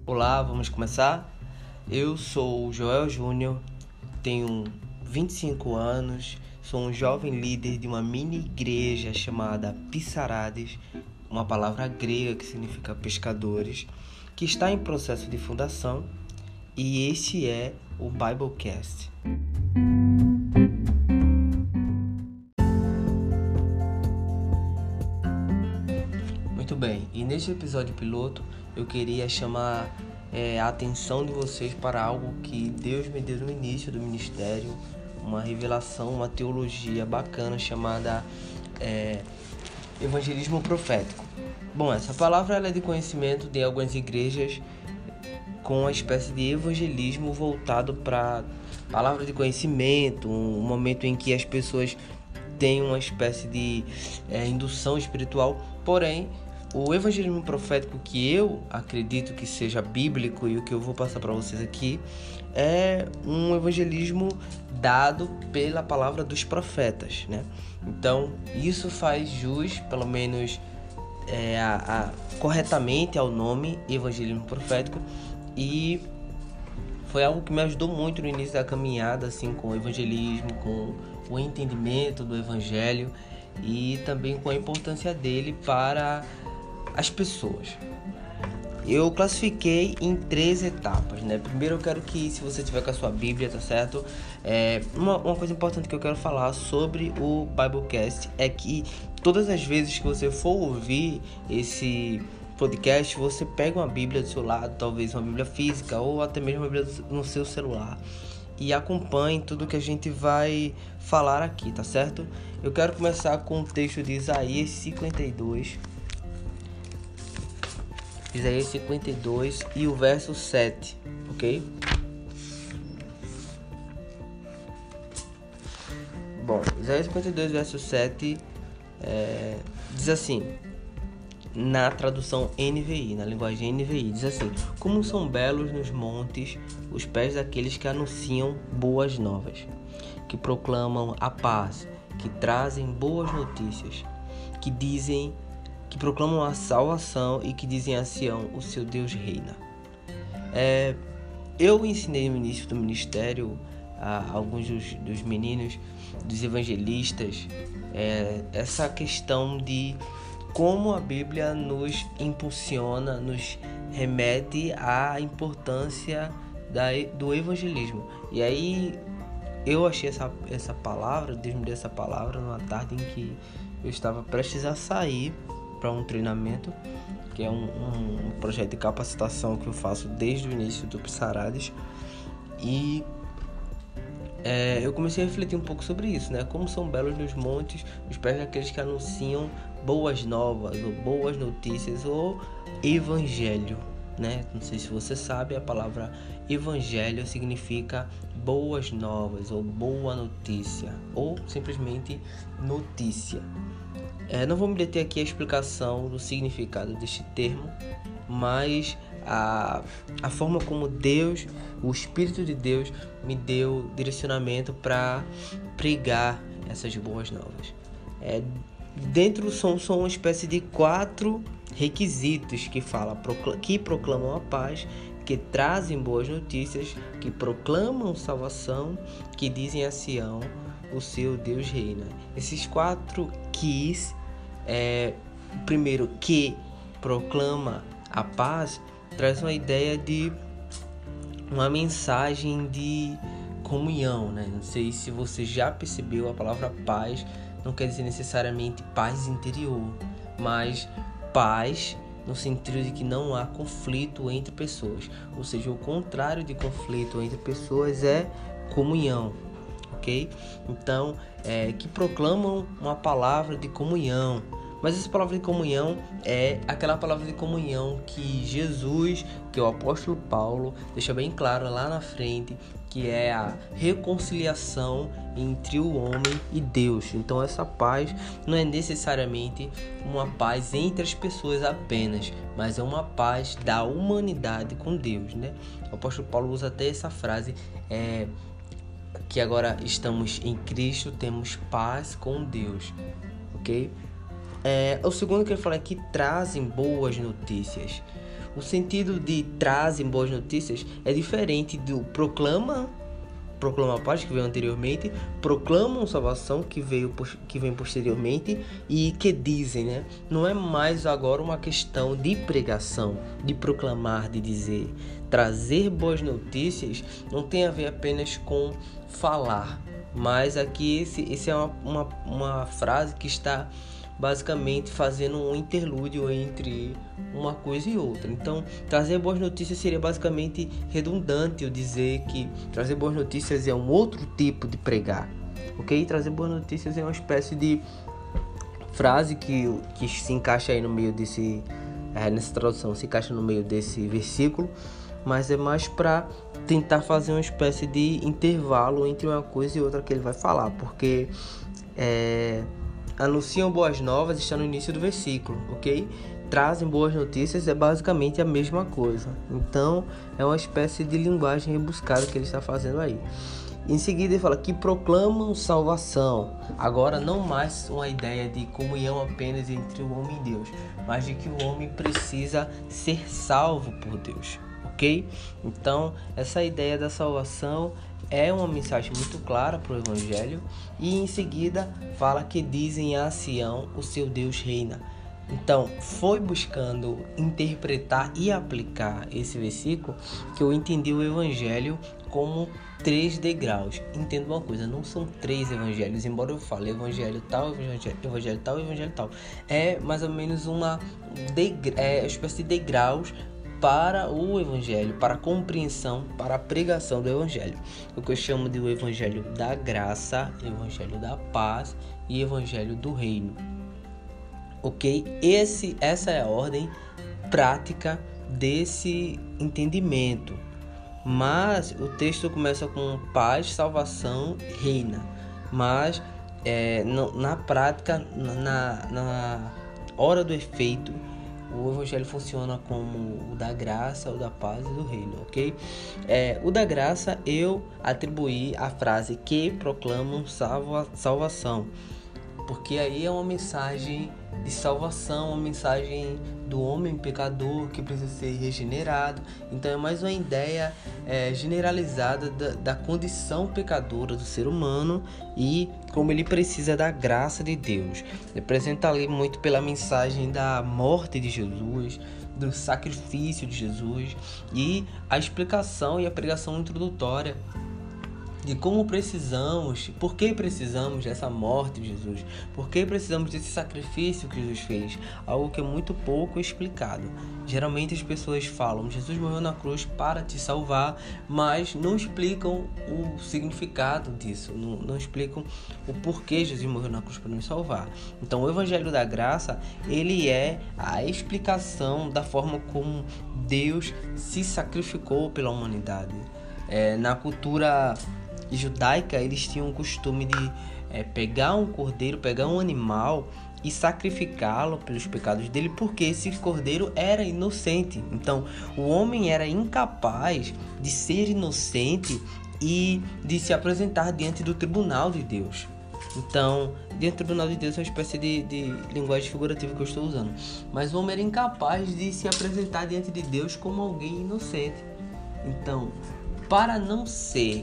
Olá, vamos começar? Eu sou o Joel Júnior, tenho 25 anos, sou um jovem líder de uma mini igreja chamada Pissarades, uma palavra grega que significa pescadores, que está em processo de fundação, e este é o Biblecast. Muito bem, e neste episódio piloto eu queria chamar a atenção de vocês para algo que Deus me deu no início do ministério, uma revelação, uma teologia bacana chamada evangelismo profético. Bom, essa palavra ela é de conhecimento de algumas igrejas com uma espécie de evangelismo voltado para palavra de conhecimento, um momento em que as pessoas têm uma espécie de indução espiritual, porém o evangelismo profético que eu acredito que seja bíblico e o que eu vou passar para vocês aqui é um evangelismo dado pela palavra dos profetas, né? Então, isso faz jus, pelo menos corretamente ao nome evangelismo profético, e foi algo que me ajudou muito no início da caminhada, assim, com o evangelismo, com o entendimento do evangelho e também com a importância dele para as pessoas. Eu classifiquei em 3 etapas, né? Primeiro eu quero que, se você tiver com a sua Bíblia, tá certo? Uma coisa importante que eu quero falar sobre o Biblecast é que todas as vezes que você for ouvir esse podcast, você pega uma Bíblia do seu lado, talvez uma Bíblia física ou até mesmo uma Bíblia no seu celular, e acompanhe tudo que a gente vai falar aqui, tá certo? Eu quero começar com o texto de Isaías 52. Isaías 52 e o verso 7, ok? Bom, Isaías 52, verso 7 diz assim, na tradução NVI, na linguagem NVI, diz assim: como são belos nos montes os pés daqueles que anunciam boas novas, que proclamam a paz, que trazem boas notícias, que proclamam a salvação e que dizem a Sião, o seu Deus reina. Eu ensinei no início do ministério a alguns dos meninos, dos evangelistas, essa questão de como a Bíblia nos impulsiona, nos remete à importância do evangelismo. E aí eu achei essa palavra, Deus me deu essa palavra numa tarde em que eu estava prestes a sair para um treinamento, que é um projeto de capacitação que eu faço desde o início do Pissarades, e eu comecei a refletir um pouco sobre isso, né? Como são belos nos montes os pés daqueles que anunciam boas novas, ou boas notícias, ou evangelho, né? Não sei se você sabe, a palavra evangelho significa boas novas, ou boa notícia, ou simplesmente notícia. Não vou me deter aqui a explicação do significado deste termo, mas a forma como Deus, o Espírito de Deus, me deu direcionamento para pregar essas boas novas. Dentro são uma espécie de 4 requisitos que proclamam a paz, que trazem boas notícias, que proclamam salvação, que dizem a Sião, o seu Deus reina. Esses 4 keys, o primeiro, que proclama a paz, traz uma ideia de uma mensagem de comunhão, né? Não sei se você já percebeu, a palavra paz não quer dizer necessariamente paz interior, mas paz no sentido de que não há conflito entre pessoas, ou seja, o contrário de conflito entre pessoas é comunhão, ok? Então, que proclamam uma palavra de comunhão. Mas essa palavra de comunhão é aquela palavra de comunhão que Jesus, que o apóstolo Paulo deixa bem claro lá na frente, que é a reconciliação entre o homem e Deus. Então essa paz não é necessariamente uma paz entre as pessoas apenas, mas é uma paz da humanidade com Deus, né? O apóstolo Paulo usa até essa frase, que agora estamos em Cristo, temos paz com Deus, ok? O segundo que ele fala é que trazem boas notícias. o sentido de trazem boas notícias é diferente do proclama a paz, que veio anteriormente, proclamam salvação, que vem posteriormente, e que dizem, né? Não é mais agora uma questão de pregação, de proclamar, de dizer. Trazer boas notícias não tem a ver apenas com falar, mas aqui esse é uma frase que está basicamente fazendo um interlúdio entre uma coisa e outra. Então, trazer boas notícias seria basicamente redundante eu dizer que trazer boas notícias é um outro tipo de pregar, ok? Trazer boas notícias é uma espécie de frase que se encaixa aí no meio desse, nessa tradução, se encaixa no meio desse versículo, mas é mais para tentar fazer uma espécie de intervalo entre uma coisa e outra que ele vai falar, porque anunciam boas novas está no início do versículo, ok? Trazem boas notícias é basicamente a mesma coisa. Então, é uma espécie de linguagem rebuscada que ele está fazendo aí. Em seguida, ele fala que proclamam salvação. Agora, não mais uma ideia de comunhão apenas entre o homem e Deus, mas de que o homem precisa ser salvo por Deus, ok? Então, essa ideia da salvação é uma mensagem muito clara para o Evangelho, e em seguida fala que dizem a Sião, o seu Deus reina. Então, foi buscando interpretar e aplicar esse versículo que eu entendi o Evangelho como 3 degraus. Entenda uma coisa, não são 3 evangelhos, embora eu fale evangelho tal, evangelho tal, evangelho tal. É mais ou menos uma espécie de degraus para o evangelho, para a compreensão, para a pregação do evangelho. O que eu chamo de o evangelho da graça, evangelho da paz e evangelho do reino. Ok? Essa é a ordem prática desse entendimento. Mas o texto começa com paz, salvação, reina. Mas na prática, na hora do efeito, o evangelho funciona como o da graça, o da paz e do reino, ok? O da graça eu atribuí a frase que proclamam salvação, porque aí é uma mensagem de salvação, uma mensagem do homem pecador que precisa ser regenerado. Então é mais uma ideia generalizada da condição pecadora do ser humano e como ele precisa da graça de Deus. Representa ali muito pela mensagem da morte de Jesus, do sacrifício de Jesus e a explicação e a pregação introdutória de como precisamos, por que precisamos dessa morte de Jesus, por que precisamos desse sacrifício que Jesus fez, algo que é muito pouco explicado. Geralmente as pessoas falam, Jesus morreu na cruz para te salvar, mas não explicam o significado disso, não explicam o porquê Jesus morreu na cruz para nos salvar. Então o Evangelho da Graça, ele é a explicação da forma como Deus se sacrificou pela humanidade. Na cultura judaica, eles tinham o costume de pegar um cordeiro, pegar um animal e sacrificá-lo pelos pecados dele, porque esse cordeiro era inocente. Então, o homem era incapaz de ser inocente e de se apresentar diante do tribunal de Deus. Então, diante do tribunal de Deus é uma espécie de linguagem figurativa que eu estou usando. Mas o homem era incapaz de se apresentar diante de Deus como alguém inocente. Então, para não ser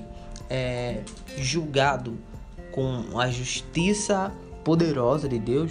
julgado com a justiça poderosa de Deus,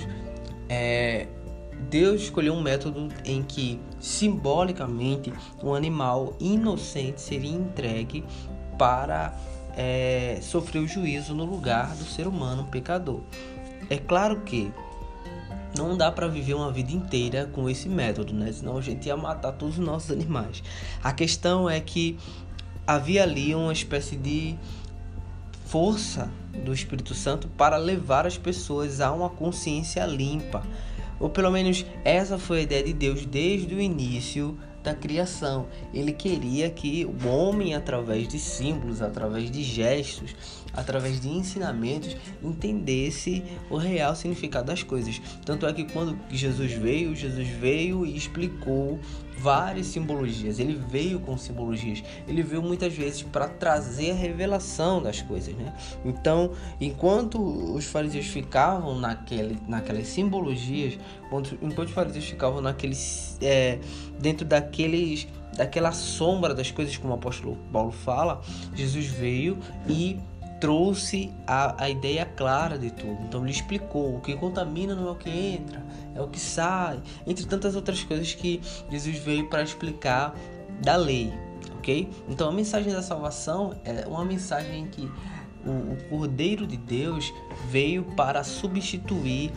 Deus escolheu um método em que simbolicamente um animal inocente seria entregue para sofrer o juízo no lugar do ser humano pecador. É claro que não dá para viver uma vida inteira com esse método, né? Senão a gente ia matar todos os nossos animais. A questão é que havia ali uma espécie de força do Espírito Santo para levar as pessoas a uma consciência limpa. Ou pelo menos essa foi a ideia de Deus desde o início da criação. Ele queria que o homem, através de símbolos, através de gestos, através de ensinamentos, entendesse o real significado das coisas. Tanto é que quando Jesus veio e explicou várias simbologias. Ele veio com simbologias. Ele veio muitas vezes para trazer a revelação das coisas, né? Então, enquanto os fariseus ficavam naquelas simbologias, enquanto os fariseus ficavam dentro daquela sombra das coisas, como o apóstolo Paulo fala, Jesus veio e trouxe a ideia clara de tudo. Então ele explicou: o que contamina não é o que entra, é o que sai, entre tantas outras coisas que Jesus veio para explicar da lei, ok? Então a mensagem da salvação é uma mensagem em que o Cordeiro de Deus veio para substituir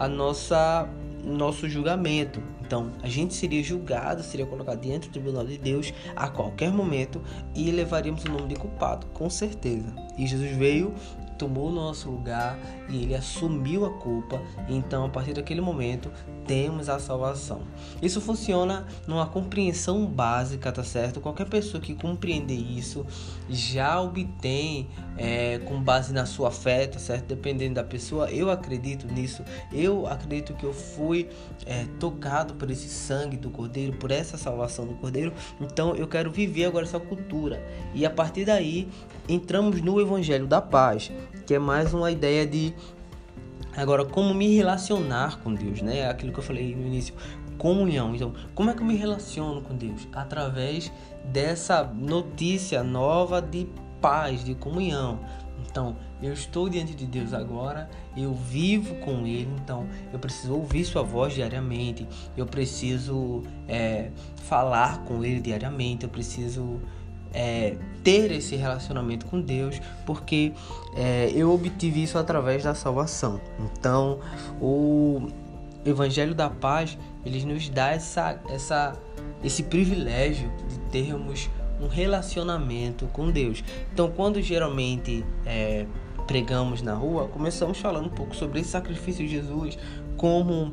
nosso julgamento. Então, a gente seria julgado, seria colocado diante do tribunal de Deus a qualquer momento e levaríamos o nome de culpado, com certeza. E Jesus veio, tomou o nosso lugar e ele assumiu a culpa. Então, a partir daquele momento, temos a salvação. Isso funciona numa compreensão básica, tá certo? Qualquer pessoa que compreender isso já obtém, com base na sua fé, tá certo? Dependendo da pessoa, eu acredito nisso. Eu acredito que eu fui tocado por esse sangue do Cordeiro, por essa salvação do Cordeiro. Então, eu quero viver agora essa cultura. E a partir daí, entramos no Evangelho da Paz, que é mais uma ideia de agora como me relacionar com Deus, né? Aquilo que eu falei no início, comunhão. Então, como é que eu me relaciono com Deus? Através dessa notícia nova de paz, de comunhão. Então, eu estou diante de Deus agora, eu vivo com Ele, então eu preciso ouvir sua voz diariamente, eu preciso falar com Ele diariamente, eu preciso ter esse relacionamento com Deus, porque eu obtive isso através da salvação. Então, o Evangelho da Paz, ele nos dá esse privilégio de termos um relacionamento com Deus. Então, quando geralmente pregamos na rua, começamos falando um pouco sobre esse sacrifício de Jesus, como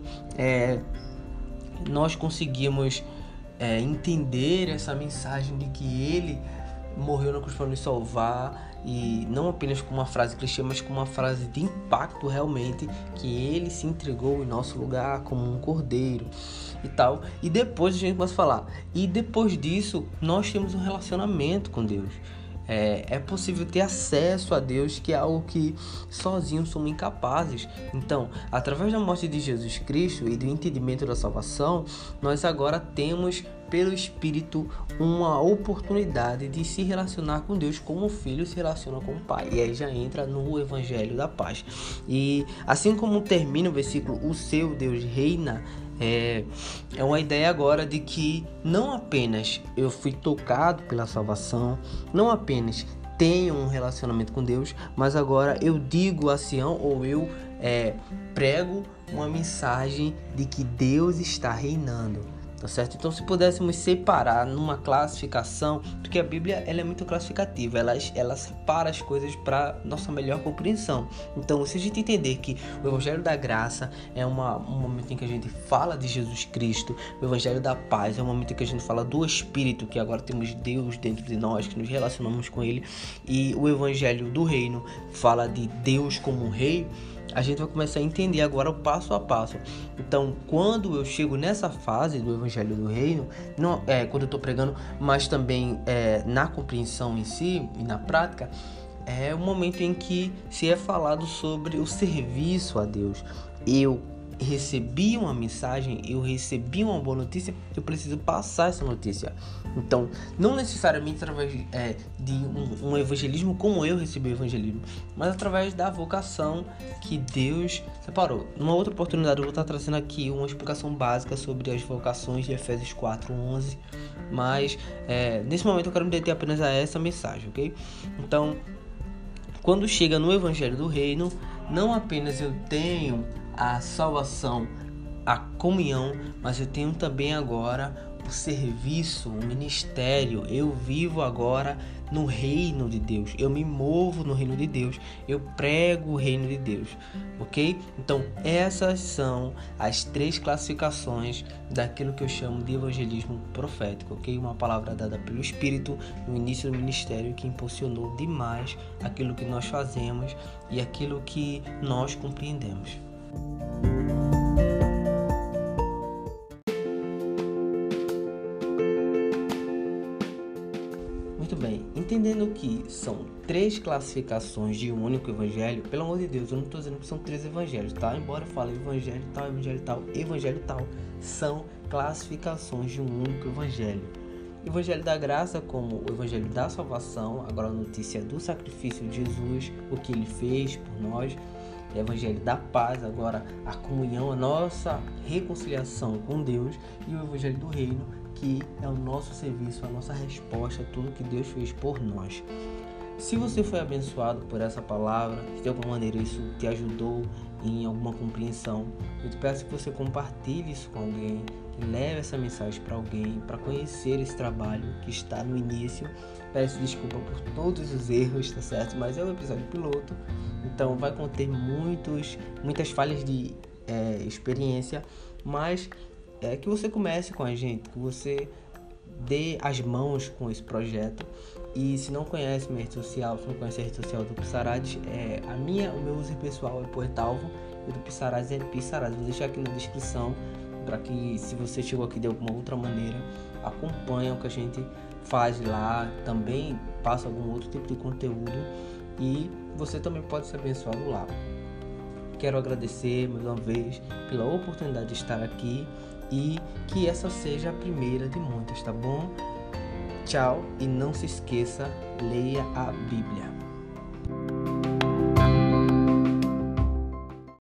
nós conseguimos entender essa mensagem de que Ele morreu na cruz para nos salvar, e não apenas com uma frase clichê, mas com uma frase de impacto realmente, que Ele se entregou em nosso lugar como um cordeiro e tal. E depois a gente começa a falar, e depois disso nós temos um relacionamento com Deus. É possível ter acesso a Deus, que é algo que sozinhos somos incapazes. Então, através da morte de Jesus Cristo e do entendimento da salvação, nós agora temos, pelo Espírito, uma oportunidade de se relacionar com Deus como o Filho se relaciona com o Pai. E aí já entra no Evangelho da Paz. E assim como termina o versículo, o seu Deus reina, é uma ideia agora de que não apenas eu fui tocado pela salvação, não apenas tenho um relacionamento com Deus, mas agora eu digo a Sião, ou eu prego uma mensagem de que Deus está reinando. Tá certo? Então, se pudéssemos separar numa classificação, porque a Bíblia ela é muito classificativa, ela separa as coisas para nossa melhor compreensão. Então, se a gente entender que o Evangelho da Graça é um momento em que a gente fala de Jesus Cristo, o Evangelho da Paz é um momento em que a gente fala do Espírito, que agora temos Deus dentro de nós, que nos relacionamos com Ele, e o Evangelho do Reino fala de Deus como Rei, a gente vai começar a entender agora o passo a passo. Então, quando eu chego nessa fase do Evangelho do Reino, não, quando eu estou pregando, mas também na compreensão em si e na prática, é o momento em que se é falado sobre o serviço a Deus. Eu recebi uma mensagem, eu recebi uma boa notícia, eu preciso passar essa notícia. Então, não necessariamente através de um evangelismo como eu recebi o evangelismo, mas através da vocação que Deus separou. Numa outra oportunidade eu vou estar trazendo aqui uma explicação básica sobre as vocações de Efésios 4:11, mas nesse momento eu quero me deter apenas a essa mensagem, ok? Então, quando chega no Evangelho do Reino, não apenas eu tenho a salvação, a comunhão, mas eu tenho também agora o serviço, o ministério. Eu vivo agora no reino de Deus, eu me movo no reino de Deus, eu prego o reino de Deus, ok? Então essas são as 3 classificações daquilo que eu chamo de evangelismo profético, ok? Uma palavra dada pelo Espírito no início do ministério, que impulsionou demais aquilo que nós fazemos e aquilo que nós compreendemos. Entendendo que são 3 classificações de um único evangelho, pelo amor de Deus, eu não estou dizendo que são 3 evangelhos, tá? Embora eu fale evangelho tal, são classificações de um único evangelho. Evangelho da graça, como o evangelho da salvação, agora a notícia do sacrifício de Jesus, o que ele fez por nós. Evangelho da paz, agora a comunhão, a nossa reconciliação com Deus. E o evangelho do reino, que é o nosso serviço, a nossa resposta a tudo que Deus fez por nós. Se você foi abençoado por essa palavra, se de alguma maneira isso te ajudou em alguma compreensão, eu te peço que você compartilhe isso com alguém, que leve essa mensagem para alguém, para conhecer esse trabalho que está no início. Peço desculpa por todos os erros, tá certo? Mas é um episódio piloto, então vai conter muitas falhas de experiência, mas que você comece com a gente, que você dê as mãos com esse projeto. E se não conhece minha rede social, se não conhece a rede social do Pissarades, o meu user pessoal é Poetalvo e o do Pissarades é Pissarades. Vou deixar aqui na descrição para que, se você chegou aqui de alguma outra maneira, acompanhe o que a gente faz lá, também passa algum outro tipo de conteúdo e você também pode ser abençoado lá. Quero agradecer mais uma vez pela oportunidade de estar aqui e que essa seja a primeira de muitas, tá bom? Tchau e não se esqueça, leia a Bíblia.